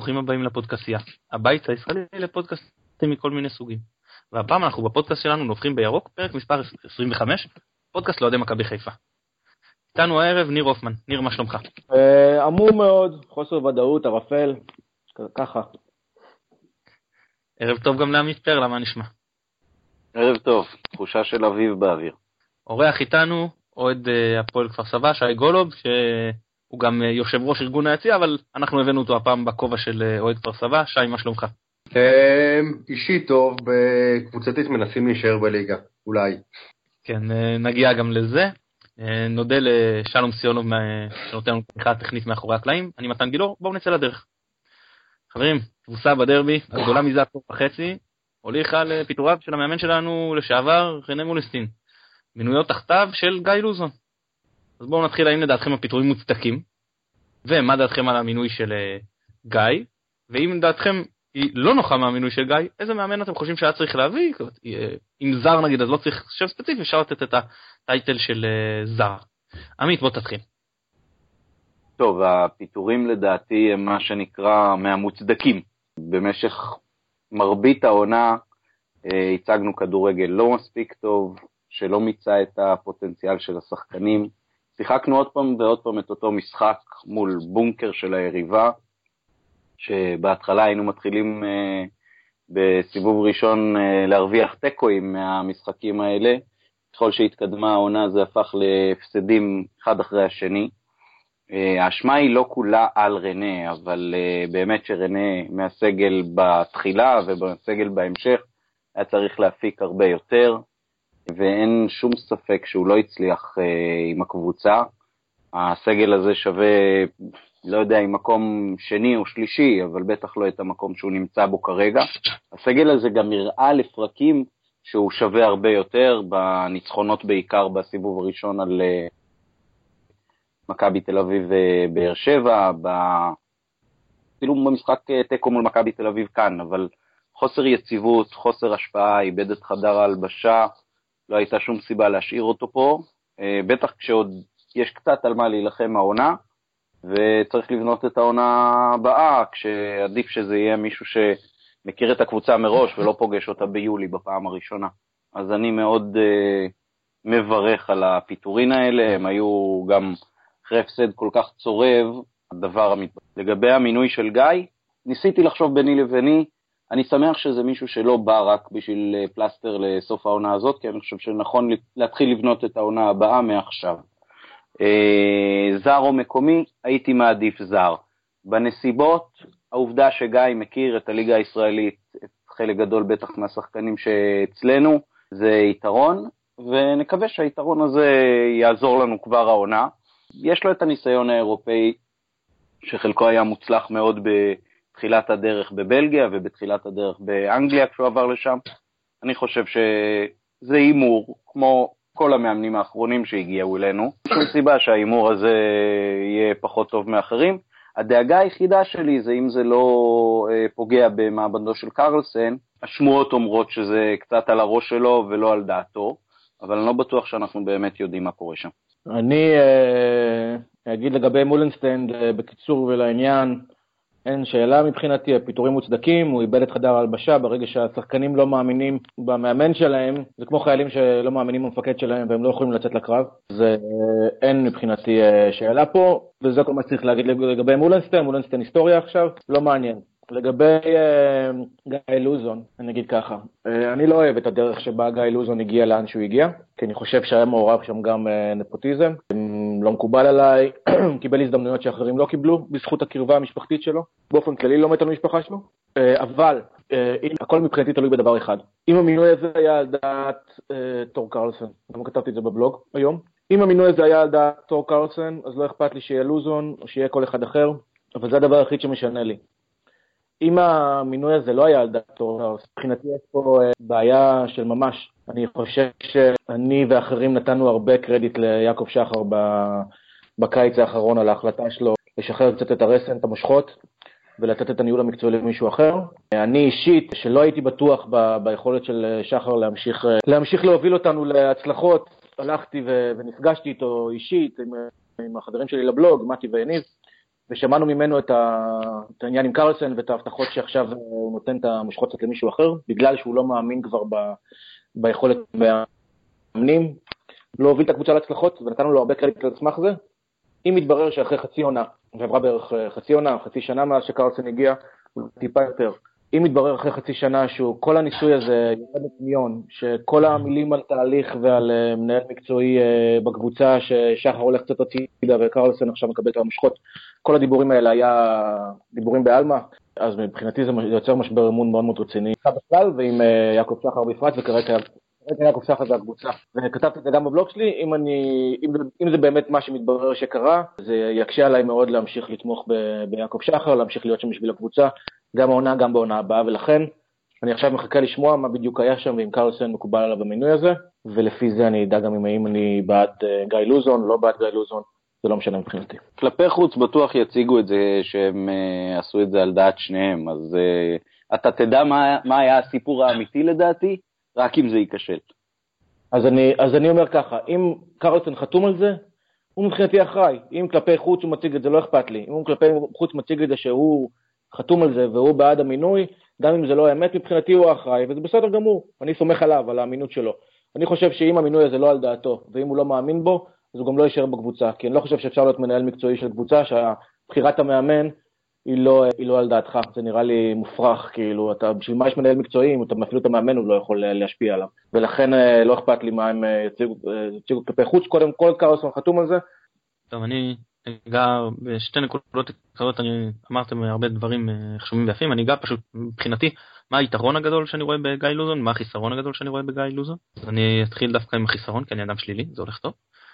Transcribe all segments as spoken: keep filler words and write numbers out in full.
ברוכים הבאים לפודקאסיה, הבית הישראלי לפודקאסטים מכל מיני סוגים. והפעם אנחנו בפודקאסט שלנו נופחים בירוק, פרק מספר עשרים וחמש, פודקאסט לאוהדי מכבי חיפה. איתנו הערב ניר הופמן. ניר, מה שלומך? עמום מאוד, חוסר ודאות, ערפל, ככה. ערב טוב גם לעמית פרלה, מה נשמע? ערב טוב, תחושה של אביב באוויר. אורח איתנו, אוהד הפועל כפר סבא, שי גולוב, שהוא גם יושב ראש ארגון היציע, אבל אנחנו הבאנו אותו הפעם בכובע של אוהד כפר סבא. שי, מה שלומך? אישי טוב, בקבוצתית מנסים להישאר בליגה, אולי. כן, נגיע גם לזה. נודה לשלום סיונוב שנותן לנו תמיכה טכנית מאחורי הקלעים. אני מתן גילור, בואו נצא לדרך. חברים, תבוסה בדרבי, הגדולה מזה עשור וחצי, הוליכה לפיטוריו של המאמן שלנו לשעבר, רנה מולנסטין. מינויו תחתיו של גיא לוזון. אז בואו נתחיל, האם לדעתכם הפיטורים מוצדקים, ומה דעתכם על המינוי של גיא, ואם לדעתכם היא לא נוחה מהמינוי של גיא, איזה מאמן אתם חושבים שהיה צריך להביא? אם זר נגיד, אז לא צריך שם ספציפי, אפשר לתת את הטייטל של זר. עמית, בוא תתחיל. טוב, הפיטורים לדעתי הם מה שנקרא מהמוצדקים. במשך מרבית העונה הצגנו כדורגל לא מספיק טוב, שלא מיצה את הפוטנציאל של השחקנים. שיחקנו עוד פעם ועוד פעם את אותו משחק מול בונקר של היריבה, שבהתחלה היינו מתחילים אה, בסיבוב ראשון אה, להרוויח טקואים מהמשחקים האלה. ככל שהתקדמה העונה זה הפך להפסדים אחד אחרי השני. אה, האשמה היא לא כולה על רנה, אבל אה, באמת שרנה מהסגל בתחילה ובסגל בהמשך היה צריך להפיק הרבה יותר, ואין שום ספק שהוא לא הצליח אה, עם הקבוצה. הסגל הזה שווה, לא יודע, עם מקום שני או שלישי, אבל בטח לא את המקום שהוא נמצא בו כרגע. הסגל הזה גם הראה לפרקים שהוא שווה הרבה יותר, בניצחונות בעיקר בסיבוב הראשון על uh, מכבי תל אביב ובאר שבע, אפילו במשחק טקו מול מכבי תל אביב כאן, אבל חוסר יציבות, חוסר השפעה, איבד את חדר ההלבשה, לא הייתה שום סיבה להשאיר אותו פה, uh, בטח כשעוד יש קצת על מה להילחם העונה, וצריך לבנות את העונה הבאה, כשעדיף שזה יהיה מישהו שמכיר את הקבוצה מראש, ולא פוגש אותה ביולי בפעם הראשונה. אז אני מאוד uh, מברך על הפיטורין האלה, הם היו גם אחרי הפסד כל כך צורב, הדבר המתבטא. לגבי המינוי של גיא, ניסיתי לחשוב ביני לביני, אני שמח שזה מישהו שלא בא רק בשביל פלסטר לסוף העונה הזאת, כי אני חושב שנכון להתחיל לבנות את העונה הבאה מעכשיו. זר או מקומי, הייתי מעדיף זר. בנסיבות, העובדה שגיא מכיר את הליגה הישראלית, את חלק גדול בטח מהשחקנים שאצלנו, זה יתרון, ונקווה שהיתרון הזה יעזור לנו כבר העונה. יש לו את הניסיון האירופאי, שחלקו היה מוצלח מאוד בתחילת הדרך בבלגיה, ובתחילת הדרך באנגליה כשהוא עבר לשם. אני חושב שזה אימור, כמו כל המאמנים האחרונים שהגיעו אלינו, שום סיבה שהאימור הזה יהיה פחות טוב מאחרים. הדאגה היחידה שלי זה אם זה לא פוגע במעבדו של קרלסן, השמועות אומרות שזה קצת על הראש שלו ולא על דעתו, אבל אני לא בטוח שאנחנו באמת יודעים מה קורה שם. אני אגיד לגבי מולנסטיין בקיצור ולעניין, אין שאלה מבחינתי, הפיטורים מוצדקים, הוא איבד את חדר ההלבשה, ברגע שהשחקנים לא מאמינים במאמן שלהם, זה כמו חיילים שלא מאמינים במפקד שלהם, והם לא יכולים לצאת לקרב, זה אין מבחינתי שאלה פה, וזה כל מה שצריך להגיד לגבי מולנסטיין, מולנסטיין היסטוריה עכשיו, לא מעניין. לגבי גיא לוזון, אני אגיד ככה, אני לא אוהב את הדרך שבה גיא לוזון הגיע לאן שהוא הגיע, כי אני חושב שהיה מעורב שם גם נפוטיזם, לא מקובל עליי, קיבל הזדמנויות שאחרים לא קיבלו, בזכות הקרבה המשפחתית שלו, באופן כללי לא מת על המשפחה שלו, אבל הכל מבחינתי תלוי בדבר אחד, אם המינוי הזה היה על דעת תור קרלסן, גם כתבתי את זה בבלוג היום, אם המינוי הזה היה על דעת תור קרלסן, אז לא אכפת לי שיהיה לוזון או שיהיה כל אחד אחר, אבל זה הדבר היחיד שמשנה לי. אם המינוי הזה לא היה על דעתו, מבחינתי יש פה בעיה של ממש. אני חושב שאני ואחרים נתנו הרבה קרדיט ליעקב שחר בקיץ האחרון על ההחלטה שלו לשחרר קצת את הרסן, את המושכות, ולתת את הניהול המקצועי למישהו אחר. אני אישית, שלא הייתי בטוח ב- ביכולת של שחר להמשיך, להמשיך להוביל אותנו להצלחות, הלכתי ו- ונפגשתי איתו אישית עם, עם החברים שלי לבלוג, מתי ויניב, ושמענו ממנו את, ה... את העניין עם קרלסן ואת ההבטחות שעכשיו הוא נותן את המושכות קצת למישהו אחר, בגלל שהוא לא מאמין כבר ב... ביכולת מאמנים, לא הוביל את הקבוצה להצלחות, ונתנו לו הרבה קרדיט על סמך זה. אם מתברר שאחרי חצי עונה, ועברה בערך חצי עונה, חצי שנה מאז שקרלסן הגיע, הוא טיפה יותר. אם מתברר אחרי חצי שנה שהוא, כל הניסוי הזה ירד לטמיון, שכל המילים על תהליך ועל מנהל מקצועי בקבוצה, ששחר הולך קצת הצידה וקרלסן עכשיו מקבל את המושכות, כל הדיבורים האלה היה דיבורים בעלמה, אז מבחינתי זה יוצר משבר אמון מאוד מאוד רציני. בכלל, ועם יעקב שחר בפרט, וכרגע יעקב שחר זה הקבוצה. וכתבתי את זה גם בבלוג שלי, אם, אני, אם, אם זה באמת מה שמתברר שקרה, זה יקשה עליי מאוד להמשיך לתמוך ב, ביעקב שחר, להמשיך להיות שם בשביל הקבוצה, גם העונה, גם בעונה הבאה, ולכן אני עכשיו מחכה לשמוע מה בדיוק היה שם, ואם קרלסן מקובל עליו במינוי הזה, ולפי זה אני אדע גם אם אני בעד גיא לוזון, לא בעד גיא לוזון, זה לא משנה מבחינתי. כלפי חוץ בטוח יציגו את זה שהם uh, עשו את זה על דעת שניהם, אז uh, אתה תדע מה, מה היה הסיפור האמיתי לדעתי, רק אם זה ייכשל. אז אני, אז אני אומר ככה, אם קרלסן חתום על זה, הוא מבחינתי אחראי. אם כלפי חוץ הוא מציג את זה, לא אכפת לי. אם הוא כלפי חוץ מציג את זה שהוא חתום על זה והוא בעד המינוי, גם אם זה לא האמת, מבחינתי הוא אחראי, וזה בסדר גמור. אני סומך עליו, על האמינות שלו. אני חושב שאם המינוי הזה לא על דעתו, ואם הוא לא מאמין בו, אז הוא גם לא יישאר בקבוצה. כי אני לא חושב שאפשר להיות מנהל מקצועי של קבוצה, שבחירת המאמן היא לא, היא לא על דעתך. זה נראה לי מופרך, כאילו, אתה, בשביל מה יש מנהל מקצועי, אם אתה אפילו את המאמן, הוא לא יכול להשפיע עליו. ולכן לא אכפת לי מה הם יציגו, יציגו כלפי חוץ. קודם כל קרלסן חתום על זה. טוב, אני אגע בשתי נקודות קצרות, אני אמרתם הרבה דברים חשובים ויפים, אני אגע פשוט מבחינתי, מה היתרון הגדול שאני רואה בגיא לוזון, מה החיסרון הגדול שאני רואה בגיא לוזון. אז אני אתחיל דווקא עם החיסרון, כי אני אדם שלילי, זה הולך טוב.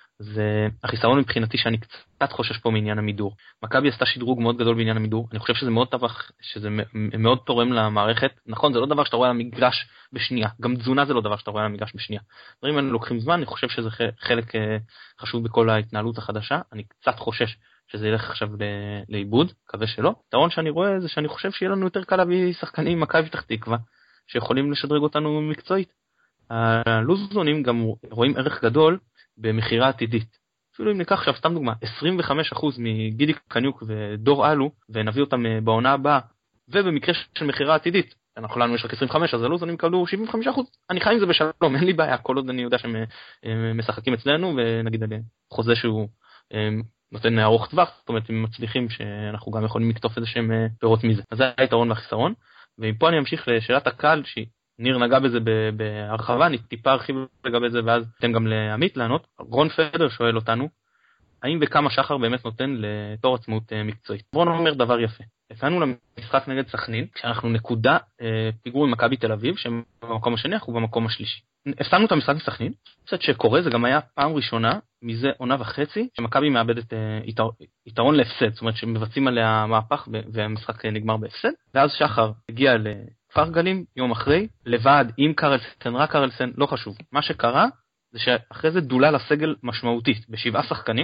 זה החיסרון מבחינתי שאני קצת חושש פה מעניין המידור. מכבי עשתה שדרוג מאוד גדול בעניין המידור, אני חושב שזה מאוד טבח, שזה מאוד תורם למערכת. נכון, זה לא דבר שאתה רואה על המגרש בשנייה, גם תזונה זה לא דבר שאתה רואה על המגרש בשנייה. דברים האלה לוקחים זמן, אני חושב שזה חלק חשוב בכל ההתנהלות החדשה, אני קצת חושש שזה ילך עכשיו לאיבוד, מקווה שלא. היתרון שאני רואה זה שאני חושב שיהיה לנו יותר קל להביא שחקנים מכבי פתח תקווה, שיכולים לשדרג אותנו מקצועית. הלוזונים גם רואים ערך גדול במחירה עתידית. אפילו אם ניקח עכשיו סתם דוגמה, עשרים וחמישה אחוז מגידי קניוק ודור אלו, ונביא אותם בעונה הבאה, ובמקרה של מחירה עתידית, אנחנו לנו יש רק עשרים וחמש, אז הלוזונים יקבלו שבעים וחמישה אחוז. אני חי עם זה בשלום, אין לי בעיה, כל עוד אני יודע שהם משחקים אצלנו, ונגיד עליהם חוזה שהוא נותן ארוך טווח, זאת אומרת, הם מצליחים שאנחנו גם יכולים לקטוף איזה שהם פירות מזה. אז זה היתרון והחיסרון, ומפה אני אמשיך לשאלת הקהל, שהיא ניר נגע בזה בהרחבה, אני טיפה ארחיב לגבי זה, ואז אתן גם לעמית לענות. רון פדר שואל אותנו, האם וכמה שחר באמת נותן לתור עצמאות מקצועית? רון אומר דבר יפה. הגענו למשחק נגד סכנין, כשאנחנו נקודה פיגור עם מכבי תל אביב, שהם במקום השני, אנחנו במקום השלישי. הפסדנו את המשחק בסכנין, קצת שקורה, זה גם היה פעם ראשונה, מזה עונה וחצי, שמכבי מאבדת יתר, יתרון להפסד, זאת אומרת שמבצעים עליה מהפך, והמשחק נגמר בהפסד, ואז שחר הגיע ל... כפר גלים, יום אחרי, לבד, עם קרלסן, רק קרלסן, לא חשוב. מה שקרה, זה שאחרי זה דולה לסגל משמעותית, בשבעה שחקנים,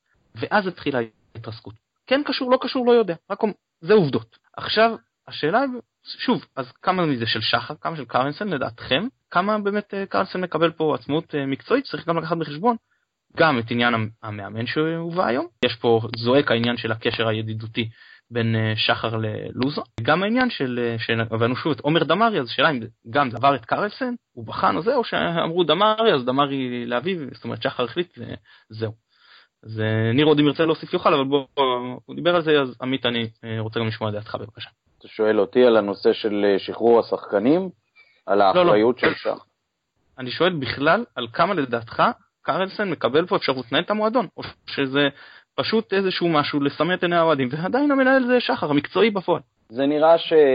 ואז התחילה התרסקות. כן קשור, לא קשור, לא יודע. רק זה עובדות. עכשיו, השאלה, שוב, אז כמה מזה של שחר, כמה של קרלסן, לדעתכם, כמה באמת קרלסן מקבל פה עצמאות מקצועית, צריך גם לקחת בחשבון, גם את עניין המאמן שהובא היום. יש פה זועק העניין של הקשר הידידותי, בין שחר ללוזון, גם העניין של, הבנו שוב את עומר דמרי, אז שאלה אם גם עבר את קרלסן, הוא בחן או זה, או שאמרו דמרי, אז דמרי להביא, זאת אומרת שחר החליט, זהו. אז ניר עוד אם ירצה להוסיף יוכל, אבל בוא, הוא דיבר על זה, אז עמית אני רוצה גם לשמוע דעתך בבקשה. אתה שואל אותי על הנושא של שחרור השחקנים, על האחריות לא, לא. של שחר. אני שואל בכלל על כמה לדעתך קרלסן מקבל פה אפשרות לנהל את המועדון, או שזה פשוט איזשהו משהו לסמא את עיני האוהדים, ועדיין המנהל זה שחר, המקצועי בפועל. זה נראה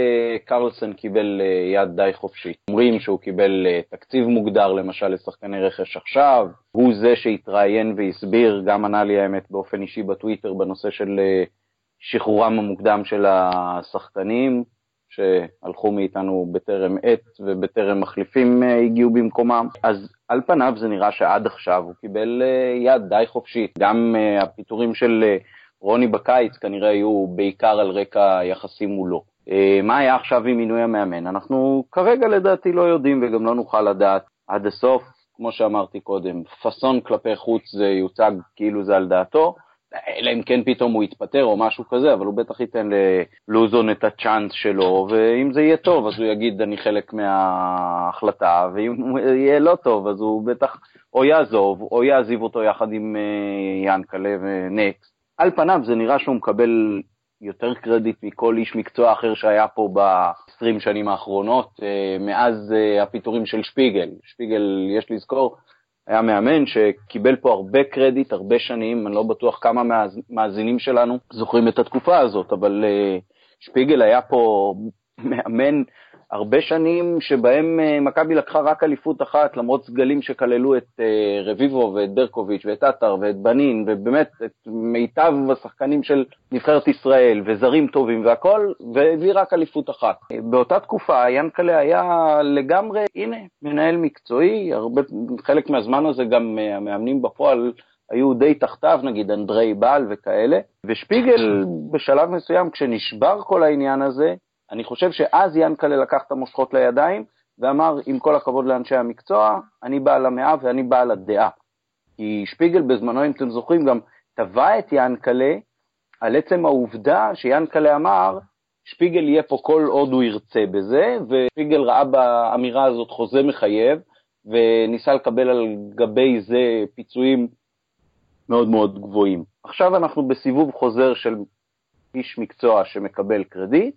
שקרלסן קיבל יד די חופשית. אומרים שהוא קיבל תקציב מוגדר למשל לשחקני רכש עכשיו, הוא זה שהתראיין והסביר, גם ענה לי האמת באופן אישי בטוויטר בנושא של שחרורם המוקדם של השחקנים, שהלכו מאיתנו בטרם עת ובטרם מחליפים הגיעו במקומם. אז על פניו זה נראה שעד עכשיו הוא קיבל יד די חופשית. גם הפיטורים של רוני בקיץ כנראה היו בעיקר על רקע יחסים מולו. מה היה עכשיו עם מינוי המאמן? אנחנו כרגע לדעתי לא יודעים וגם לא נוכל לדעת עד הסוף. כמו שאמרתי קודם, פסון כלפי חוץ זה יוצג כאילו זה על דעתו. אלא אם כן פתאום הוא יתפטר או משהו כזה, אבל הוא בטח ייתן ללוזון את הצ'אנס שלו, ואם זה יהיה טוב, אז הוא יגיד, אני חלק מההחלטה, ואם הוא יהיה לא טוב, אז הוא בטח או יעזוב, או יעזיב אותו יחד עם ינקלה ונקס. על פניו זה נראה שהוא מקבל יותר קרדיט מכל איש מקצוע אחר שהיה פה ב-עשרים שנים האחרונות, מאז הפיטורים של שפיגל. שפיגל, יש לזכור, היה מאמן שקיבל פה הרבה קרדיט, הרבה שנים, אני לא בטוח כמה מהמאזינים שלנו זוכרים את התקופה הזאת, אבל שפיגל היה פה מאמן הרבה שנים שבהם מכבי לקחה רק אליפות אחת, למרות סגלים שכללו את רביבו ואת ברקוביץ' ואת אתר ואת בנין, ובאמת את מיטב השחקנים של נבחרת ישראל, וזרים טובים והכל, והביא רק אליפות אחת. באותה תקופה ינקלה היה לגמרי, הנה, מנהל מקצועי, הרבה, חלק מהזמן הזה גם המאמנים בפועל היו די תחתיו, נגיד אנדרי בל וכאלה, ושפיגל בשלב מסוים כשנשבר כל העניין הזה, אני חושב שאז ינקלה לקח את המושכות לידיים, ואמר, עם כל הכבוד לאנשי המקצוע, אני בעל המאה ואני בעל הדעה. כי שפיגל בזמנו, אם אתם זוכרים, גם טבע את ינקלה, על עצם העובדה שינקלה אמר, שפיגל יהיה פה כל עוד הוא ירצה בזה, ושפיגל ראה באמירה הזאת חוזה מחייב, וניסה לקבל על גבי זה פיצויים מאוד מאוד גבוהים. עכשיו אנחנו בסיבוב חוזר של איש מקצוע שמקבל קרדיט,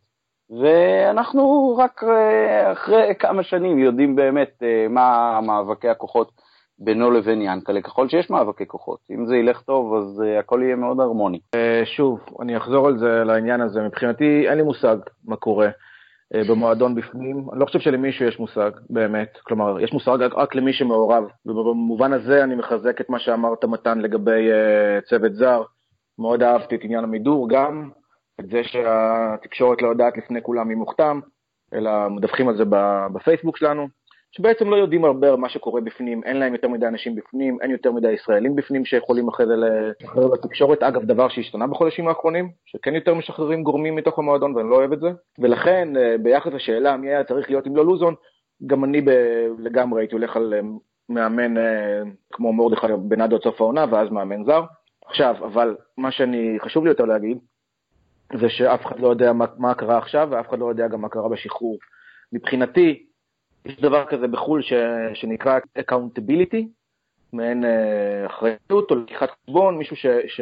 ואנחנו רק אחרי כמה שנים יודעים באמת מה מאבקי הכוחות בינו לבין ינקלה, ככל שיש מאבקי כוחות. אם זה ילך טוב, אז הכל יהיה מאוד הרמוני. שוב, אני אחזור על זה, לעניין הזה. מבחינתי אין לי מושג מה קורה במועדון בפנים. אני לא חושב שלמישהו יש מושג, באמת. כלומר, יש מושג רק למי שמעורב. ובמובן הזה אני מחזק את מה שאמרת מתן לגבי צוות זר. מאוד אהבתי את עניין המידור גם. את זה שהתקשורת לא יודעת לפני כולם מי מוכתם, אלא מדווחים על זה בפייסבוק שלנו, שבעצם לא יודעים הרבה מה שקורה בפנים, אין להם יותר מדי אנשים בפנים, אין יותר מדי ישראלים בפנים שיכולים אחרי זה לשחרר לתקשורת. אגב, דבר שהשתנה בחודשים האחרונים, שכן יותר משחררים גורמים מתוך המועדון, ואני לא אוהב את זה. ולכן, ביחס לשאלה מי היה צריך להיות אם לא לוזון, גם אני לגמרי הייתי הולך על מאמן כמו מורדכי בנאדו עד סוף העונה, ואז מאמן זר. עכשיו, אבל מה שאני חשוב לי יותר להגיד, זה שאף אחד לא יודע מה, מה קרה עכשיו, ואף אחד לא יודע גם מה קרה בשחרור. מבחינתי, יש דבר כזה בחול ש, שנקרא accountability, מעין אה, אחריות או לקיחת חשבון, מישהו ש, ש...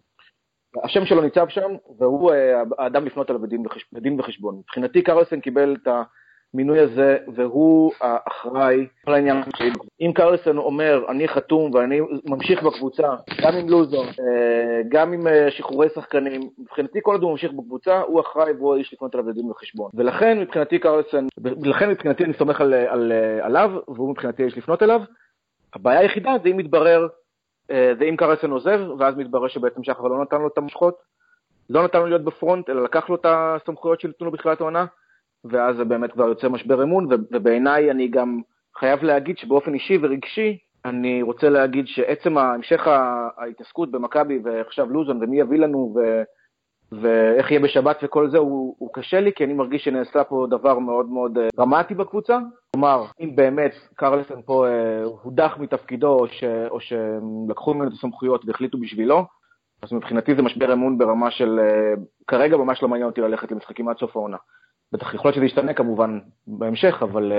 השם שלו ניצב שם, והוא אה, האדם לפנות עליו בדין, וחש... בדין וחשבון. מבחינתי קרלסן קיבל את המינוי הזה, והוא האחראי על העניין. אם קרלסן אומר, אני חתום ואני ממשיך בקבוצה, גם עם לוזון, גם עם שחרורי שחקנים, מבחינתי כל עוד הוא ממשיך בקבוצה, הוא אחראי והוא האיש לפנות עליו בדין וחשבון. ולכן מבחינתי קרלסן, ולכן מבחינתי אני סומך על, על, עליו, והוא מבחינתי האיש לפנות אליו. הבעיה היחידה זה אם מתברר, זה אם קרלסן עוזב, ואז מתברר שבעצם שחר לא נתן לו את המשכות, לא נתן לו להיות בפרונט, אלא לקח לו את הסמכויות שנתנו לו בתחילת העונה, ואז זה באמת כבר יוצא משבר אמון, ובעיניי אני גם חייב להגיד שבאופן אישי ורגשי, אני רוצה להגיד שעצם המשך ההתעסקות במכבי, ועכשיו לוזון, ומי יביא לנו, ו... ואיך יהיה בשבת וכל זה, הוא, הוא קשה לי, כי אני מרגיש שנעשה פה דבר מאוד מאוד דרמטי בקבוצה. כלומר, אם באמת קרלסן פה אה, הודח מתפקידו, או, ש... או שלקחו ממנו את הסמכויות והחליטו בשבילו, אז מבחינתי זה משבר אמון ברמה של, אה, כרגע ממש לא מעניין אותי ללכת למשחקים עד סוף העונה. בטח יכול להיות שזה ישתנה כמובן בהמשך, אבל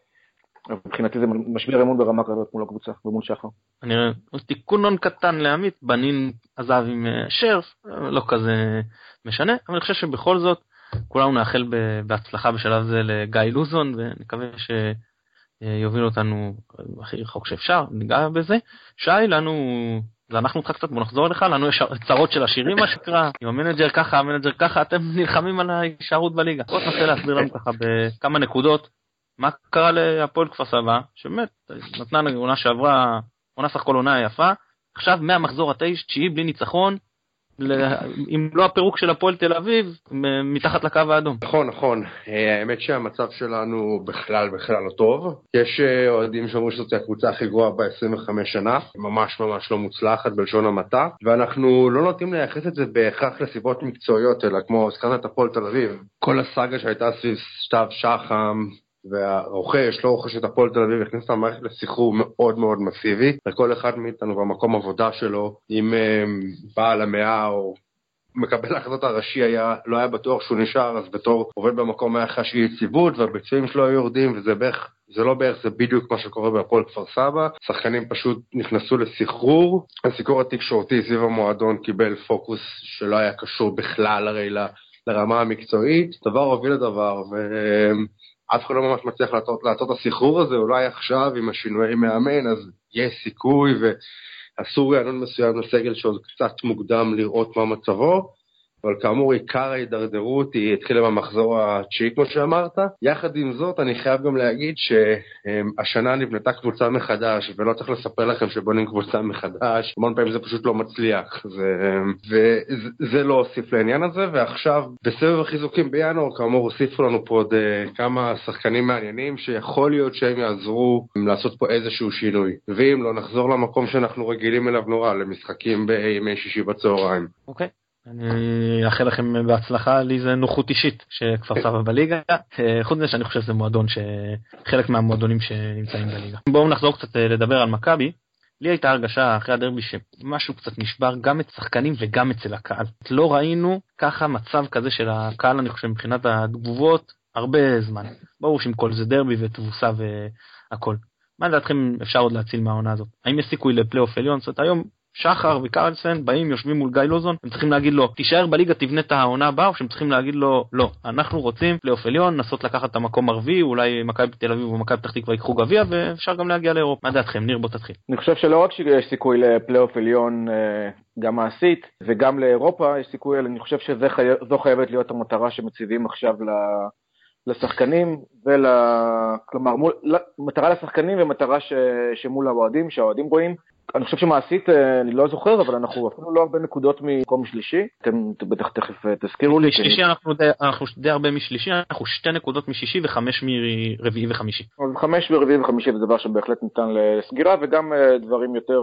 מבחינתי זה משבר אמון ברמה כזאת מול הקבוצה ומול שחר. אני רואה, תיקון קטן לעמית, בנין עזב עם שרף, לא כזה משנה, אבל אני חושב שבכל זאת, כולנו נאחל בהצלחה בשלב זה לגיא לוזון, ונקווה שיוביל אותנו הכי רחוק שאפשר, ניגע בזה. שי, לנו... זה אנחנו אותך קצת, בוא נחזור אליך, לנו יש צרות של השירים מה שקרה, עם המנג'ר ככה, המנג'ר ככה, אתם נלחמים על ההישארות בליגה. בוא תנסה להסביר לנו ככה בכמה נקודות, מה קרה להפועל כפר סבא, שבאמת נתנה עונה שעברה, עונה סך כל עונה יפה, עכשיו מהמחזור התשיעי בלי ניצחון, אם לא הפירוק של הפועל תל אביב, מתחת לקו האדום. נכון, נכון. האמת שהמצב שלנו בכלל בכלל לא טוב. יש אוהדים שאומרים שזאת הקבוצה הכי גרועה ב-עשרים וחמש שנה, ממש ממש לא מוצלחת בלשון המעטה, ואנחנו לא נוטים לייחס את זה בהכרח לסיבות מקצועיות, אלא כמו הזכרת את הפועל תל אביב. כל הסאגה שהייתה סביב סתיו שחם, והרוכש, לא רוכש את הפועל תל אביב, הכניס את המערכת לסחרור מאוד מאוד מסיבי, וכל אחד מאיתנו במקום עבודה שלו, אם בעל המאה או מקבל ההחלטות הראשי היה, לא היה בטוח שהוא נשאר, אז בתור עובד במקום היה חש יציבות, והביצועים שלו היו יורדים, וזה בערך, זה לא בערך, זה בדיוק מה שקורה בהפועל כפר סבא. שחקנים פשוט נכנסו לסחרור. הסיקור התקשורתי סביב המועדון קיבל פוקוס שלא היה קשור בכלל הרי ל, לרמה המקצועית. דבר הוביל לדבר, ואף אחד לא ממש מצליח לעשות, לעשות את הסחרור הזה, אולי עכשיו עם השינויי מאמן, אז יש סיכוי, ואסור רענון מסוים לסגל שעוד קצת מוקדם לראות מה מצבו. אבל כאמור, עיקר ההידרדרות היא התחילה במחזור התשיעי, כמו שאמרת. יחד עם זאת, אני חייב גם להגיד שהשנה נבנתה קבוצה מחדש, ולא צריך לספר לכם שבונים קבוצה מחדש, המון פעמים זה פשוט לא מצליח, זה, וזה לא הוסיף לעניין הזה, ועכשיו, בסבב החיזוקים בינואר, כאמור, הוסיפו לנו פה עוד כמה שחקנים מעניינים, שיכול להיות שהם יעזרו לעשות פה איזשהו שינוי, ואם לא, נחזור למקום שאנחנו רגילים אליו נורא, למשחקים בימי שישי בצהריים. אוקיי. אני אאחל לכם בהצלחה, לי זה נוחות אישית שכפר סבא בליגה, חוץ מזה שאני חושב שזה מועדון שחלק מהמועדונים שנמצאים בליגה. בואו נחזור קצת לדבר על מכבי. לי הייתה הרגשה אחרי הדרבי שמשהו קצת נשבר גם את שחקנים וגם אצל הקהל. לא ראינו ככה מצב כזה של הקהל, אני חושב מבחינת התגובות, הרבה זמן. ברור שעם כל זה דרבי ותבוסה והכל. מה לדעתכם אפשר עוד להציל מהעונה הזאת? האם יש סיכוי לפלייאוף עליון? זאת היום שחר וקרלסן באים, יושבים מול גיא לוזון, הם צריכים להגיד לו, תישאר בליגה, תבנה את העונה הבאה, או שהם צריכים להגיד לו, לא, אנחנו רוצים פלייאוף עליון, נסות לקחת את המקום הרביעי, אולי מכבי תל אביב ומכבי פתח תקווה ייקחו גביע, ואפשר גם להגיע לאירופה. מה דעתכם? ניר, בוא תתחיל. אני חושב שלא רק שיש סיכוי לפלייאוף עליון גם מעשית, וגם לאירופה יש סיכוי, אני חושב שזו חייבת להיות המטרה שמציבים עכשיו לשחקנים, ול... כלומר, מול... מטרה לשחקנים ומטרה ש... שמול האוהדים, שהאוהדים רואים. אני חושב שמעשית, אני לא זוכר, אבל אנחנו אפילו לא הרבה נקודות ממקום שלישי. אתם בטח תכף תזכירו לי. שלישי אנחנו די, אנחנו די הרבה משלישי, אנחנו שתי נקודות משישי וחמש מרביעי וחמישי. אז חמש מרביעי וחמישי זה דבר שבהחלט ניתן לסגירה, וגם דברים יותר,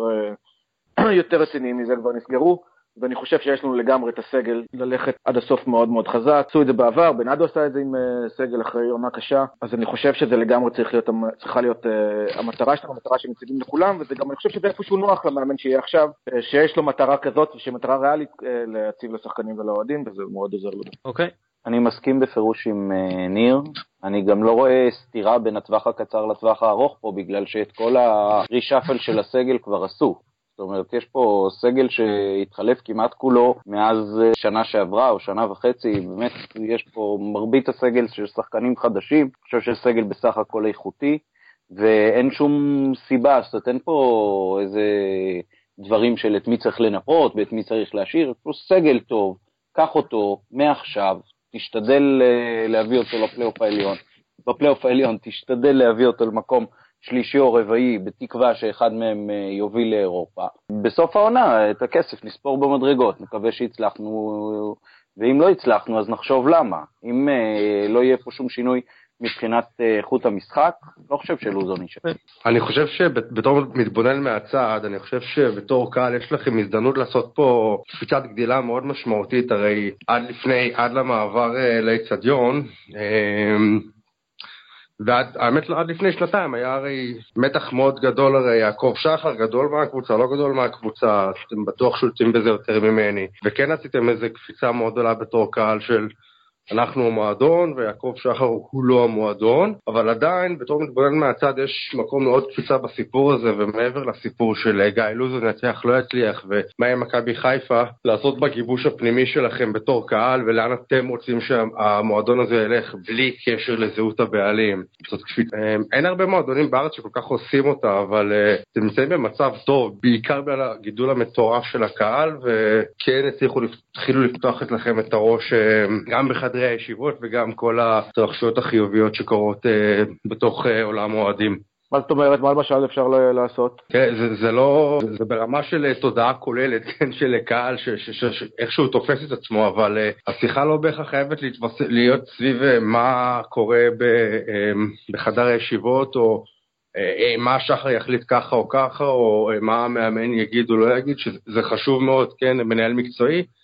יותר רציניים מזה כבר נסגרו. ואני חושב שיש לנו לגמרי את הסגל ללכת עד הסוף מאוד מאוד חזק. עשו את זה בעבר, בנאדו עשה את זה עם סגל אחרי עונה קשה, אז אני חושב שזה לגמרי צריך להיות, צריכה להיות uh, המטרה שלנו, המטרה שמציגים לכולם, וזה גם, אני חושב שזה איפשהו נוח למאמן שיהיה עכשיו, uh, שיש לו מטרה כזאת, שמטרה ריאלית uh, להציב לשחקנים ולאוהדים, וזה מאוד עוזר לו. אוקיי. Okay. אני מסכים בפירוש עם uh, ניר, אני גם לא רואה סתירה בין הטווח הקצר לטווח הארוך פה, בגלל שאת כל הרישאפל של הסגל כבר עשו. זאת אומרת, יש פה סגל שהתחלף כמעט כולו מאז שנה שעברה או שנה וחצי, באמת יש פה מרבית הסגל של שחקנים חדשים, אני חושב שסגל בסך הכל איכותי, ואין שום סיבה, זאת אומרת, אין פה איזה דברים של את מי צריך לנפות ואת מי צריך להשאיר, פה סגל טוב, קח אותו מעכשיו, תשתדל להביא אותו לפלייאוף העליון, בפלייאוף העליון תשתדל להביא אותו למקום שלישי או רביעי, בתקווה שאחד מהם יוביל לאירופה. בסוף העונה, את הכסף נספור במדרגות, נקווה שהצלחנו, ואם לא הצלחנו, אז נחשוב למה. אם לא יהיה פה שום שינוי מבחינת איכות המשחק, לא חושב שלוזון יישאר. אני חושב שבתור מתבונן מהצד, אני חושב שבתור קהל יש לכם הזדמנות לעשות פה קפיצת גדילה מאוד משמעותית, הרי עד לפני, עד למעבר לאצטדיון, והאמת עד לפני שנתיים היה הרי מתח מאוד גדול, הרי יעקב שחר גדול מהקבוצה, לא גדול מהקבוצה, אתם בטוח שולטים בזה יותר ממני, וכן עשיתם איזה קפיצה מאוד גדולה בתור קהל של אנחנו המועדון ויעקב שחר הוא לא המועדון, אבל עדיין בתור מתבונן מהצד יש מקום מאוד קפיצה בסיפור הזה, ומעבר לסיפור של גיא לוזון יצליח לא יצליח ומה עם מכבי חיפה, לעשות בגיבוש הפנימי שלכם בתור קהל ולאן אתם רוצים שהמועדון הזה ילך בלי קשר לזהות הבעלים. זאת קפיצה, אין הרבה מועדונים בארץ שכל כך עושים אותה, אבל אתם נמצאים במצב טוב, בעיקר בגלל הגידול המטורף של הקהל, וכן הצליחו התחילו לפתוח את לכם את הראש גם בחדרי הישיבות וגם כל התרחשויות החיוביות שקורות אה, בתוך אה, עולם אוהדים. מה זאת אומרת? מה למשל אפשר לעשות? כן, זה, זה לא, זה ברמה של תודעה כוללת, כן, של קהל, ש, ש, ש, ש, איכשהו תופס את עצמו, אבל uh, השיחה לא בהכרח חייבת להתבס... להיות סביב uh, מה קורה ב, uh, בחדר הישיבות, או uh, מה השחר יחליט ככה או ככה, או uh, מה המאמן יגיד או לא יגיד, שזה חשוב מאוד, כן, מנהל מקצועי,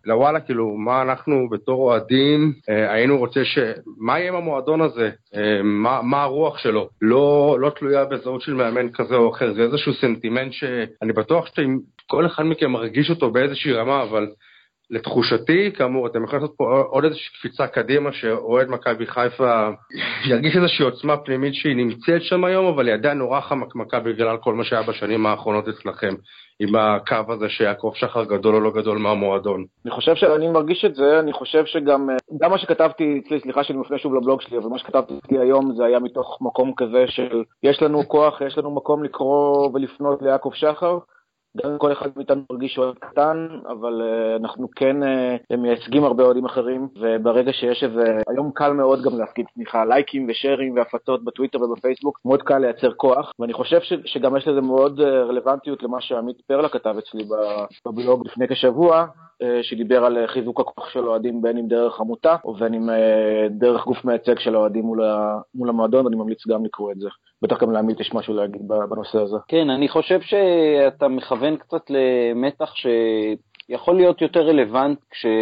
לוואלה, כאילו, מה אנחנו בתור אוהדים היינו רוצה ש... מה יהיה עם המועדון הזה? מה, מה הרוח שלו? לא, לא תלויה בזהות של מאמן כזה או אחר, זה איזשהו סנטימנט שאני בטוח שכל אחד מכם מרגיש אותו באיזושהי רמה, אבל לתחושתי, כאמור, אתם יכולים לעשות פה עוד איזושהי קפיצה קדימה, שאוהד מכבי חיפה ירגיש איזושהי עוצמה פנימית שהיא נמצאת שם היום, אבל היא עדיין נורא חמקמקה בגלל כל מה שהיה בשנים האחרונות אצלכם, עם הקו הזה שיעקב שחר גדול או לא גדול מהמועדון. אני חושב שאני מרגיש את זה, אני חושב שגם, גם מה שכתבתי אצלי, סליחה שאני מפנה שוב לבלוג שלי, אבל מה שכתבתי אצלי היום זה היה מתוך מקום כזה של, יש לנו כוח, יש לנו מקום לקרוא ולפנות ליעקב שחר, גם כל אחד מאיתנו מרגיש שאוהד קטן, אבל uh, אנחנו כן uh, מייצגים הרבה אוהדים אחרים, וברגע שיש איזה, היום קל מאוד גם להפקיד תמיכה, לייקים ושארים והפצות בטוויטר ובפייסבוק, מאוד קל לייצר כוח, ואני חושב ש, שגם יש לזה מאוד uh, רלוונטיות למה שעמית פרלה כתב אצלי בבלוג לפני כשבוע, uh, שדיבר על uh, חיזוק הכוח של אוהדים בין אם דרך עמותה, או בין אם uh, דרך גוף מייצג של האוהדים מול, מול המועדון, ואני ממליץ גם לקרוא את זה. בטח גם לעמית יש משהו להגיד בנושא הזה. כן, אני חושב שאתה מכוון קצת למתח שיכול להיות יותר רלוונט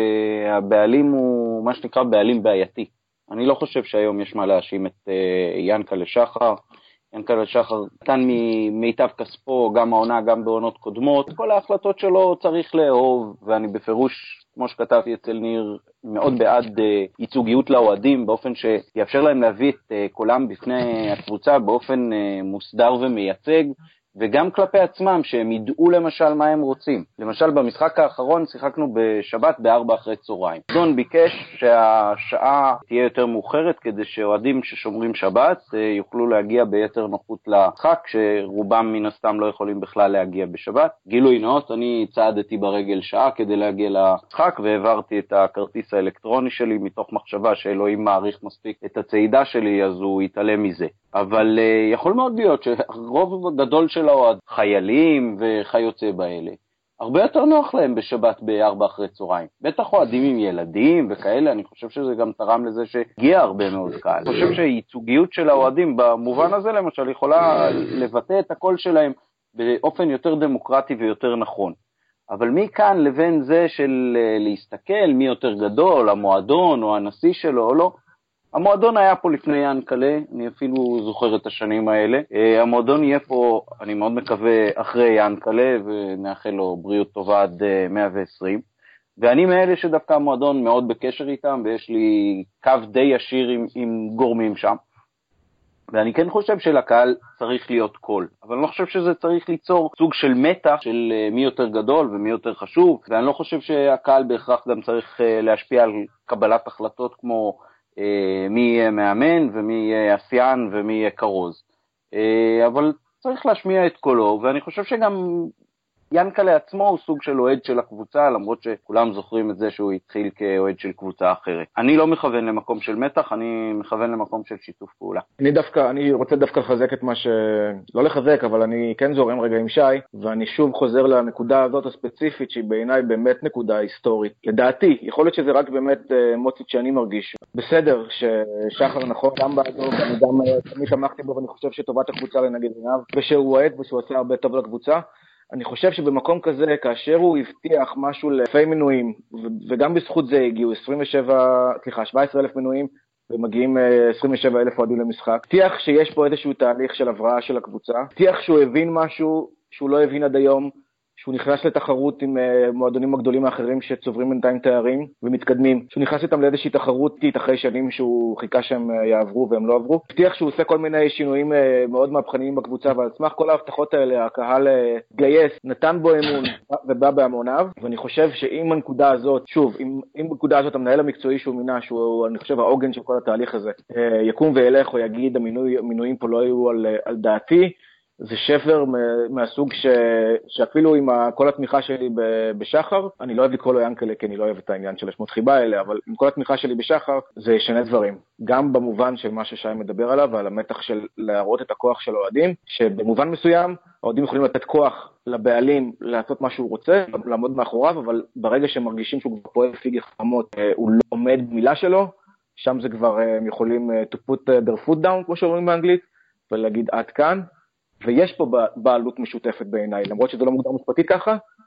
כשהבעלים הוא מה שנקרא בעלים בעייתי. אני לא חושב שהיום יש מה להאשים את ינקלה שחר. ינקלה שחר נתן ממיטב כספו, גם העונה, גם בעונות קודמות. כל ההחלטות שלו צריך לאהוב, ואני בפירוש, כמו שכתבתי אצל ניר, מאוד בעד ייצוגיות לאוהדים, באופן שיאפשר להם להביא את קולם בפני הקבוצה באופן מוסדר ומייצג, וגם כלפי עצמם, שהם ידעו למשל מה הם רוצים. למשל, במשחק האחרון שיחקנו בשבת בארבע אחרי צהריים. דון ביקש שהשעה תהיה יותר מאוחרת, כדי שאוהדים ששומרים שבת יוכלו להגיע ביתר נוחות למשחק, שרובם מן הסתם לא יכולים בכלל להגיע בשבת. גילוי נאות, אני צעדתי ברגל שעה כדי להגיע למשחק, והעברתי את הכרטיס האלקטרוני שלי, מתוך מחשבה שאלוהים מעריך מספיק את הצעידה שלי, אז הוא יתעלם מזה. אבל uh, יכול מאוד להיות שרוב גדול של האוהד, חיילים וכיוצא באלה, הרבה יותר נוח להם בשבת בארבע אחרי צהריים. בטח אוהדים עם ילדים וכאלה, אני חושב שזה גם תרם לזה שהגיע הרבה מאוד קהל. אני חושב שהייצוגיות של האוהדים במובן הזה למשל יכולה לבטא את הקול שלהם באופן יותר דמוקרטי ויותר נכון. אבל מכאן לבין זה של להסתכל מי יותר גדול, המועדון או הנשיא שלו או לא, המועדון היה פה לפני ינקלה, אני אפילו זוכר את השנים האלה. המועדון יהיה פה, אני מאוד מקווה, אחרי ינקלה, ונאחל לו בריאות טובה עד מאה ועשרים. ואני מאלה שדווקא המועדון מאוד בקשר איתם, ויש לי קו די ישיר עם, עם גורמים שם. ואני כן חושב שלקהל צריך להיות קול, אבל אני לא חושב שזה צריך ליצור סוג של מתח של מי יותר גדול ומי יותר חשוב, ואני לא חושב שהקהל בהכרח גם צריך להשפיע על קבלת החלטות כמו מי יהיה מאמן ומי יהיה אסיין ומי יהיה קרוז. אבל צריך להשמיע את קולו, ואני חושב שגם ינקלה עצמו הוא סוג של אוהד של הקבוצה, למרות שכולם זוכרים את זה שהוא התחיל כאוהד של קבוצה אחרת. אני לא מכוון למקום של מתח, אני מכוון למקום של שיתוף פעולה. אני דווקא, אני רוצה דווקא לחזק את מה ש... לא לחזק, אבל אני כן זורם רגע עם שי, ואני שוב חוזר לנקודה הזאת הספציפית, שהיא בעיניי באמת נקודה היסטורית. לדעתי, יכול להיות שזה רק באמת מוצית שאני מרגיש. בסדר, ששחר נכון גם בעדו, ואני גם תמיד תמכתי בו, ואני חושב שטובת הקבוצה לנגד עיניו, ושהוא אוהד ושהוא עושה הרבה טוב לקבוצה. אני חושב שבמקום כזה, כאשר הוא הבטיח משהו לפי מנויים, וגם בזכות זה הגיעו עשרים ושבע, סליחה, שבעה עשר אלף מנויים, ומגיעים עשרים ושבעה אלף אוהדים למשחק, הבטיח שיש פה איזשהו תהליך של הבראה של הקבוצה, הבטיח שהוא הבין משהו שהוא לא הבין עד היום, שהוא נכנס לתחרות עם מועדונים הגדולים האחרים שצוברים בינתיים תארים ומתקדמים, שהוא נכנס איתם לאיזושהי תחרות אחרי שנים שהוא חיכה שהם יעברו והם לא עברו, הבטיח שהוא עושה כל מיני שינויים מאוד מהפכניים בקבוצה, ועל סמך כל ההבטחות האלה הקהל גייס, נתן בו אמון ובא בהמוניו, ואני חושב שאם הנקודה הזאת, שוב, אם, אם בנקודה הזאת המנהל המקצועי שהוא מינה, שהוא אני חושב העוגן של כל התהליך הזה, יקום וילך או יגיד המינוי, המינויים פה לא היו על, על דעתי, זה שפר מהסוג ש... שאפילו עם כל התמיכה שלי בשחר, אני לא אוהב לקרוא לו ינקלה, כי אני לא אוהב את העניין של השמות חיבה האלה, אבל עם כל התמיכה שלי בשחר, זה ישנה דברים. גם במובן של מה ששי מדבר עליו, ועל המתח של להראות את הכוח של האוהדים, שבמובן מסוים, האוהדים יכולים לתת כוח לבעלים לעשות מה שהוא רוצה, לעמוד מאחוריו, אבל ברגע שהם מרגישים שהוא כבר פועל לפי גחמות, הוא לא עומד במילה שלו, שם זה כבר הם יכולים to put their foot down, כמו שאומרים באנגלית, ולהגיד עד כאן. ויש פה בעלות משותפת בעיניי, למרות שזה לא מוגדר משפטית ככה,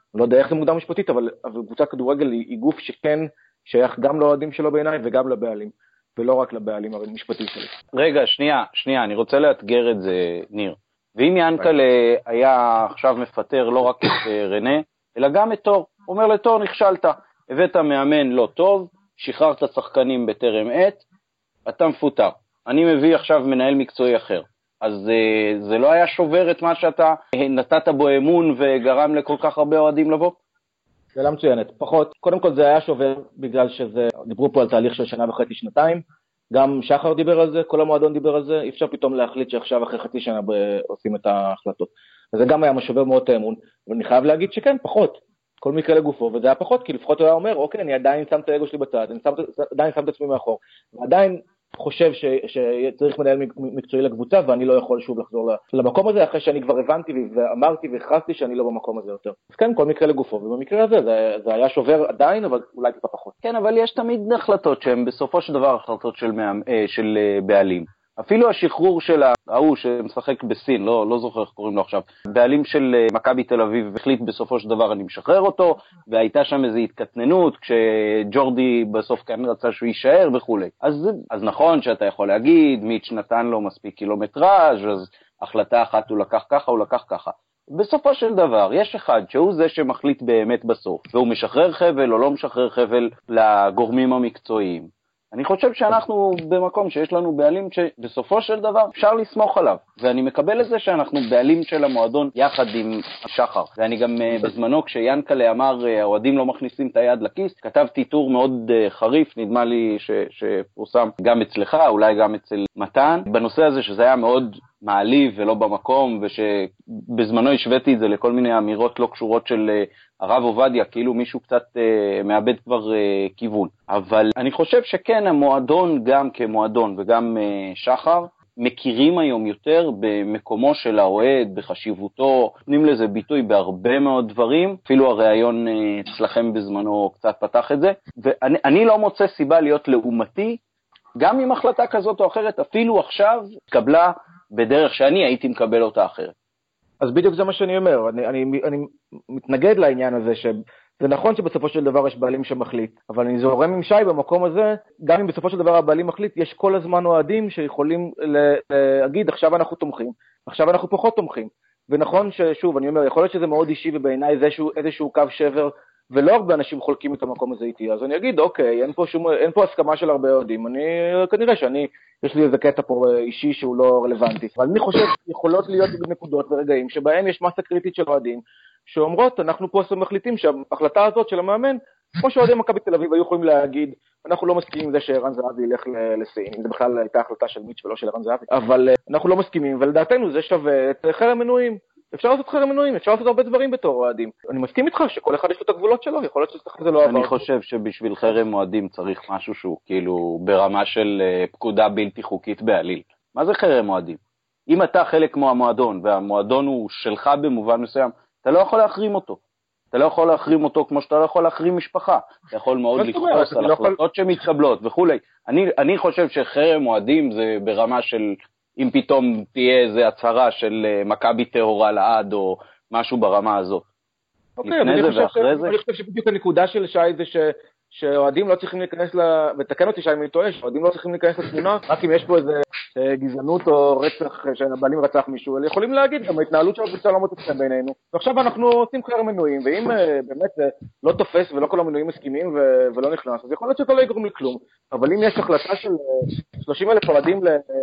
אני לא יודע איך זה מוגדר משפטית, אבל, אבל קבוצת כדורגל היא, היא גוף שכן שייך גם לאוהדים שלו בעיניי וגם לבעלים, ולא רק לבעלים המשפטי שלי. רגע, שנייה, שנייה, אני רוצה לאתגר את זה, ניר. ואם ינקלה היה עכשיו מפטר לא רק את רנה, אלא גם את תור, אומר לתור, נכשלת, הבאת מאמן לא טוב, שחררת שחקנים בטרם עת, אתה מפוטר. אני מביא עכשיו מנהל מקצועי אחר. אז זה, זה לא היה שובר את מה שאתה נתת בו אמון וגרם לכל כך הרבה אוהדים לבוא? שאלה מצוינת. פחות, קודם כל זה היה שובר בגלל שזה, דיברו פה על תהליך של שנה וחצי, שנתיים, גם שחר דיבר על זה, כל המועדון דיבר על זה, אי אפשר פתאום להחליט שעכשיו אחרי חצי שנה עושים את ההחלטות. וזה גם היה משובר מאוד את האמון, ואני חייב להגיד שכן, פחות. כל מקרה לגופו, וזה היה פחות, כי לפחות הוא היה אומר, אוקיי, אני עדיין שם את האגו שלי בצד, אני שם, עדיין שם את עצמי מאחור, ועדיין חושב ש, שצריך מנהל מקצועי לקבוצה, ואני לא יכול שוב לחזור למקום הזה, אחרי שאני כבר הבנתי ואמרתי והכרזתי שאני לא במקום הזה יותר. אז כן, כל מקרה לגופו, ובמקרה הזה זה, זה היה שובר עדיין, אבל אולי טיפה פחות. כן, אבל יש תמיד החלטות שהן בסופו של דבר החלטות של, של בעלים. אפילו השחרור של ההוא שמשחק בסין, לא, לא זוכר איך קוראים לו עכשיו, בעלים של מכבי תל אביב החליט בסופו של דבר אני משחרר אותו, והייתה שם איזו התקטננות, כשג'ורדי בסוף כאן רצה שהוא יישאר וכו'. אז, אז נכון שאתה יכול להגיד, מיץ' נתן לו מספיק קילומטראז', אז החלטה אחת הוא לקח ככה, הוא לקח ככה. בסופו של דבר, יש אחד שהוא זה שמחליט באמת בסוף, והוא משחרר חבל או לא משחרר חבל לגורמים המקצועיים. אני חושב שאנחנו במקום שיש לנו בעלים שבסופו של דבר אפשר לסמוך עליו, ואני מקבל את זה שאנחנו בעלים של המועדון יחד עם שחר. ואני גם בזמנו כשיאנקלה אמר האוהדים לא מכניסים את היד לכיס, כתבתי טור מאוד חריף, נדמה לי ש, שפורסם גם אצלך, אולי גם אצל מתן, בנושא הזה שזה היה מאוד מעליב ולא במקום, ושבזמנו השוויתי את זה לכל מיני אמירות לא קשורות של הרב עובדיה, כאילו מישהו קצת uh, מאבד כבר uh, כיוון. אבל אני חושב שכן, המועדון גם כמועדון וגם uh, שחר, מכירים היום יותר במקומו של האוהד, בחשיבותו, נותנים לזה ביטוי בהרבה מאוד דברים, אפילו הרעיון uh, אצלכם בזמנו קצת פתח את זה, ואני אני לא מוצא סיבה להיות לעומתי, גם עם החלטה כזאת או אחרת, אפילו עכשיו קבלה בדרך שאני הייתי מקבל אותה אחרת. אז בדיוק זה מה שאני אומר, אני, אני, אני מתנגד לעניין הזה, שזה נכון שבסופו של דבר יש בעלים שמחליט, אבל אני זורם עם שי במקום הזה, גם אם בסופו של דבר הבעלים מחליט, יש כל הזמן אוהדים שיכולים להגיד, עכשיו אנחנו תומכים, עכשיו אנחנו פחות תומכים, ונכון ששוב, אני אומר, יכול להיות שזה מאוד אישי, ובעיניי זה איזשהו קו שבר, ולא הרבה אנשים חולקים את המקום הזה איתי, אז אני אגיד, אוקיי, אין פה, שום, אין פה הסכמה של הרבה אוהדים, אני, כנראה שאני, יש לי איזה קטע פה אישי שהוא לא רלוונטי, אבל אני חושב שיכולות להיות נקודות ורגעים שבהם יש מסה קריטית של אוהדים, שאומרות, אנחנו פה מחליטים שההחלטה הזאת של המאמן, כמו שאוהדים מכבי תל אביב היו יכולים להגיד, אנחנו לא מסכימים עם זה שערן זהבי ילך לסין, אם זה בכלל הייתה החלטה של מיץ' ולא של ערן זהבי, אבל אנחנו לא מסכימים, ולדעתנו זה שווה את חרם מנויים. אפשר לעשות חרם מנויים, אפשר לעשות הרבה דברים בתור אוהדים. אני מסכים איתך שכל אחד יש לו את הגבולות שלו, יכול להיות שזה לא עבר. אני חושב שבשביל חרם אוהדים צריך משהו שהוא כאילו ברמה של פקודה בלתי חוקית בעליל. מה זה חרם אוהדים? אם אתה חלק כמו המועדון, והמועדון הוא שלך במובן מסוים, אתה לא יכול להחרים אותו. אתה לא יכול להחרים אותו כמו שאתה לא יכול להחרים משפחה. אתה יכול מאוד לכעוס על החלטות שמתקבלות וכו'. אני, אני חושב שחרם אוהדים זה ברמה של אם פתאום תהיה איזו הצהרה של מכבי טהורה לעד או משהו ברמה הזאת. אוקיי, אבל אני חושב שבדיוק הנקודה של שי זה שאוהדים לא צריכים להיכנס, ותקן אותי שי מטועה, שאוהדים לא צריכים להיכנס לתמונה, רק אם יש פה איזה גזענות או רצח, שהבעלים רצח מישהו, אלא יכולים להגיד, גם ההתנהלות של הקבוצה לא מוצאת חן בעינינו, ועכשיו אנחנו עושים חרם מנויים, ואם באמת זה לא תופס ולא כל המנויים מסכימים ולא נכנס, אז יכול להיות שזה לא יגרום לכלום, אבל אם יש החלטה של שלושים אלף אוהדים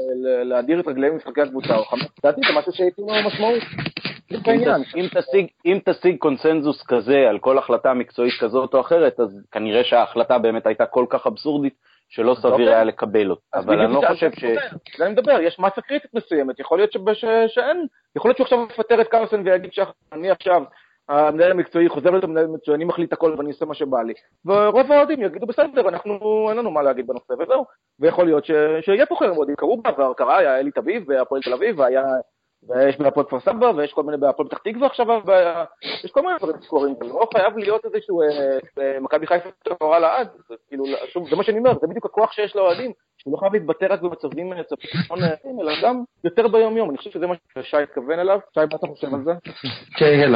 להדיר את רגליהם משחקי הקבוצה, או חמש, דעתי זה משהו שהייתי לו משמעות. אם תשיג, אם תשיג קונסנזוס כזה על כל החלטה מקצועית כזאת או אחרת, אז כנראה שההחלטה באמת הייתה כל כך אבסורדית שלא סביר היה לקבל אותה. אבל אני לא חושב ש... זה אני מדבר, יש מסה קריטית מסוימת, יכול להיות שאין, יכול להיות שהוא עכשיו מפטר את קרלסן ויגיד שאני עכשיו, המנהל המקצועי חוזר להיות המנהל המקצועי, אני מחליט הכל ואני אעשה מה שבא לי. ורוב האוהדים יגידו בסדר, אנחנו אין לנו מה להגיד בנושא וזהו. ויכול להיות שיהיה פה חרם אוהדים, קראו בעבר, קרה, היה אלי תביב והפועל תל אביב, והיה ויש בהפועל כפר סבא, ויש כל מיני בהפועל פתח תקווה עכשיו, יש כל מיני דברים שקורים, לא חייב להיות איזשהו מכבי חיפה טהורה לעד, זה מה שאני אומר, זה בדיוק הכוח שיש לאוהדים, הוא לא חייב להתבטא רק במצבים צפים, אלא גם יותר ביום יום. אני חושב שזה מה ששי התכוון אליו. שי, מה אתה חושב על זה? כן,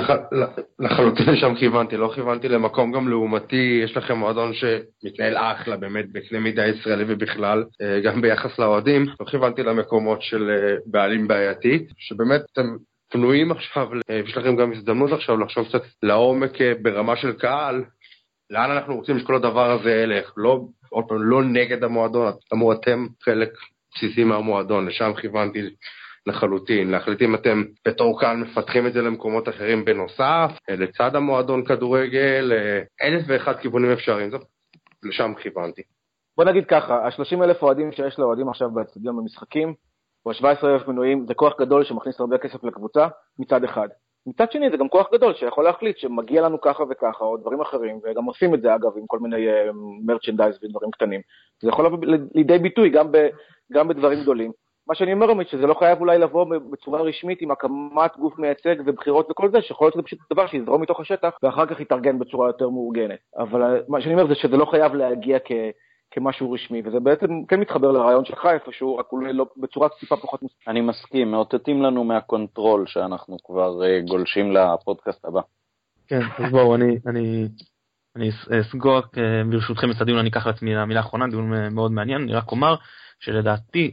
לחלוטין שם כיוונתי, לא כיוונתי למקום גם לעומתי. יש לכם מועדון שמתנהל אחלה באמת בקנה מידה ישראלי ובכלל, גם ביחס לאוהדים. לא כיוונתי למקומות של בעלים בעייתי, שבאמת אתם פנויים עכשיו, יש לכם גם הזדמנות עכשיו לחשוב קצת לעומק ברמה של קהל, לאן אנחנו רוצים שכל הדבר הזה ילך, לא, עוד פעם, לא נגד המועדון, אמרו אתם חלק בסיסי מהמועדון, לשם כיוונתי לחלוטין, להחליט אם אתם בתור כאן מפתחים את זה למקומות אחרים בנוסף, לצד המועדון כדורגל, אלף ואחד כיוונים אפשריים, זאת, לשם כיוונתי. בוא נגיד ככה, ה-שלושים אלף אוהדים שיש לאוהדים עכשיו באצטדיון במשחקים, או ה-שבעה עשר אלף מנויים, זה כוח גדול שמכניס הרבה כסף לקבוצה, מצד אחד. מצד שני, זה גם כוח גדול שיכול להחליט שמגיע לנו ככה וככה, או דברים אחרים, וגם עושים את זה אגב, עם כל מיני מרצ'נדייז ודברים קטנים. זה יכול לבוא לידי ביטוי גם, ב, גם בדברים גדולים. מה שאני אומר, עמית, שזה לא חייב אולי לבוא בצורה רשמית עם הקמת גוף מייצג ובחירות וכל זה, שיכול להיות שזה פשוט דבר שיזרום מתוך השטח, ואחר כך יתארגן בצורה יותר מאורגנת. אבל מה שאני אומר זה שזה לא חייב להגיע כ... כמשהו רשמי, וזה בעצם כן מתחבר לרעיון שלך איפשהו, רק אולי לא, בצורה טיפה פחות מוספית. אני מסכים, מאותתים לנו מהקונטרול שאנחנו כבר uh, גולשים לפודקאסט הבא. כן, אז בואו, אני, אני, אני אסגור, ברשותכם את הדיון, אני אקח לעצמי המילה האחרונה, דיון מאוד מעניין, אני רק אומר שלדעתי,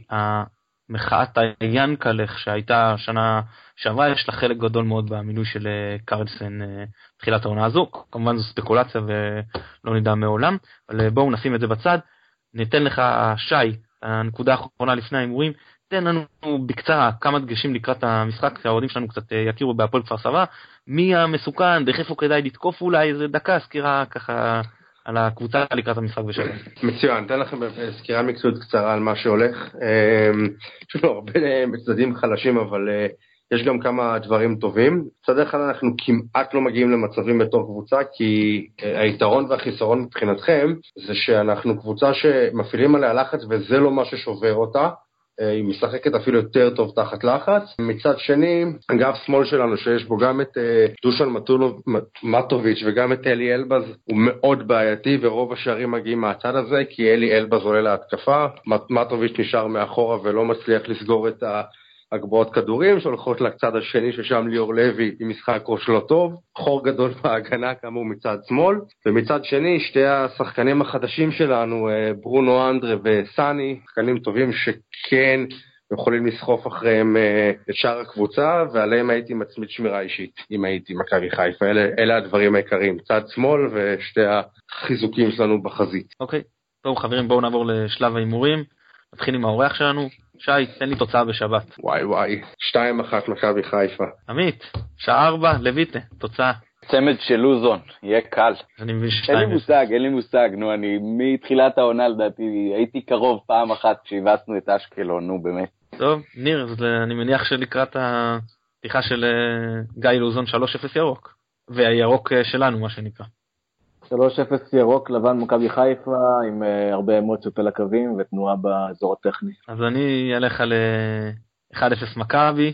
המחאת היאנקלך שהייתה שנה שעברה, יש לה חלק גדול מאוד במינוי של קרלסן תחילת העונה הזו, כמובן זו ספקולציה ולא נדע מעולם, אבל בואו נשים את זה בצד, ניתן לך שי, הנקודה האחרונה לפני האימורים, תן לנו בקצרה כמה דגשים לקראת המשחק, שהאוהדים שלנו קצת יכירו בהפועל כפר סבא, מי המסוכן, דרך איפה כדאי לתקוף אולי, איזה דקה, סקירה ככה על הקבוצה לקראת המשחק בשבת. מצוין, נתן לכם סקירה מקצועית קצרה על מה שהולך, יש לנו הרבה מצדדים חלשים, אבל יש גם כמה דברים טובים. מצד אחד אנחנו כמעט לא מגיעים למצבים בתור קבוצה, כי היתרון והחיסרון מבחינתכם זה שאנחנו קבוצה שמפעילים עליה לחץ, וזה לא מה ששובר אותה. היא משחקת אפילו יותר טוב תחת לחץ. מצד שני, אגב שמאל שלנו שיש בו גם את דושן מטוביץ' וגם את אלי אלבז, הוא מאוד בעייתי, ורוב השערים מגיעים מהצד הזה, כי אלי אלבז עולה להתקפה, מטוביץ' נשאר מאחורה ולא מצליח לסגור את הגבוהות כדורים, שהולכות לצד השני ששם ליאור לוי עם משחק ראש לא טוב, חור גדול בהגנה כאמור מצד שמאל, ומצד שני שתי השחקנים החדשים שלנו, ברונו אנדרה וסני, שחקנים טובים שכן יכולים לסחוף אחריהם את שאר הקבוצה, ועליהם הייתי מצמיד שמירה אישית, אם הייתי מכבי חיפה. אלה, אלה הדברים העיקריים, צד שמאל ושתי החיזוקים שלנו בחזית. אוקיי, טוב חברים, בואו נעבור לשלב האימורים, נתחיל עם האורח שלנו. שי, תן לי תוצאה בשבת. וואי וואי, שתיים אחת מכבי חיפה. עמית, שעה ארבע, לויטה, תוצאה. צמד של לוזון, יהיה קל. אני מבין שתיים. אין לי מושג, אין לי מושג, נו, אני מתחילת העונה לדעתי, הייתי קרוב פעם אחת כשהבסנו את אשקלון, נו באמת. טוב, ניר, אז אני מניח שלקראת הפתיחה של גיא לוזון שלוש אפס ירוק, והירוק שלנו, מה שנקרא. שלוש אפס ירוק, לבן מכבי חיפה, עם uh, הרבה אמוציות על הקווים ותנועה באזור הטכני. אז אני אלך על אחד אפס מכבי,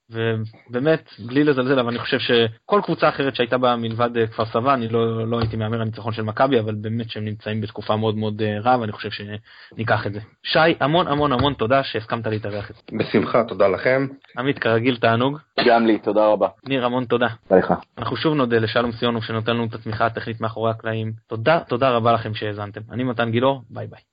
ובאמת, בלי לזלזל, אבל אני חושב שכל קבוצה אחרת שהייתה בה מלבד כפר סבא, אני לא, לא הייתי מאמר על ניצחון של מכבי, אבל באמת שהם נמצאים בתקופה מאוד מאוד רע, ואני חושב שניקח את זה. שי, המון המון המון תודה שהסכמת להתארח את זה. בשמחה, תודה לכם. עמית, כרגיל תענוג. גם לי, תודה רבה. ניר, המון תודה. תודה. אנחנו שוב נודה לשלום סיונוב שנותן לנו את התמיכה הטכנית מאחורי הקלעים. תודה, תודה רבה לכם שהאזנתם. אני מתן גילאור, ביי ביי.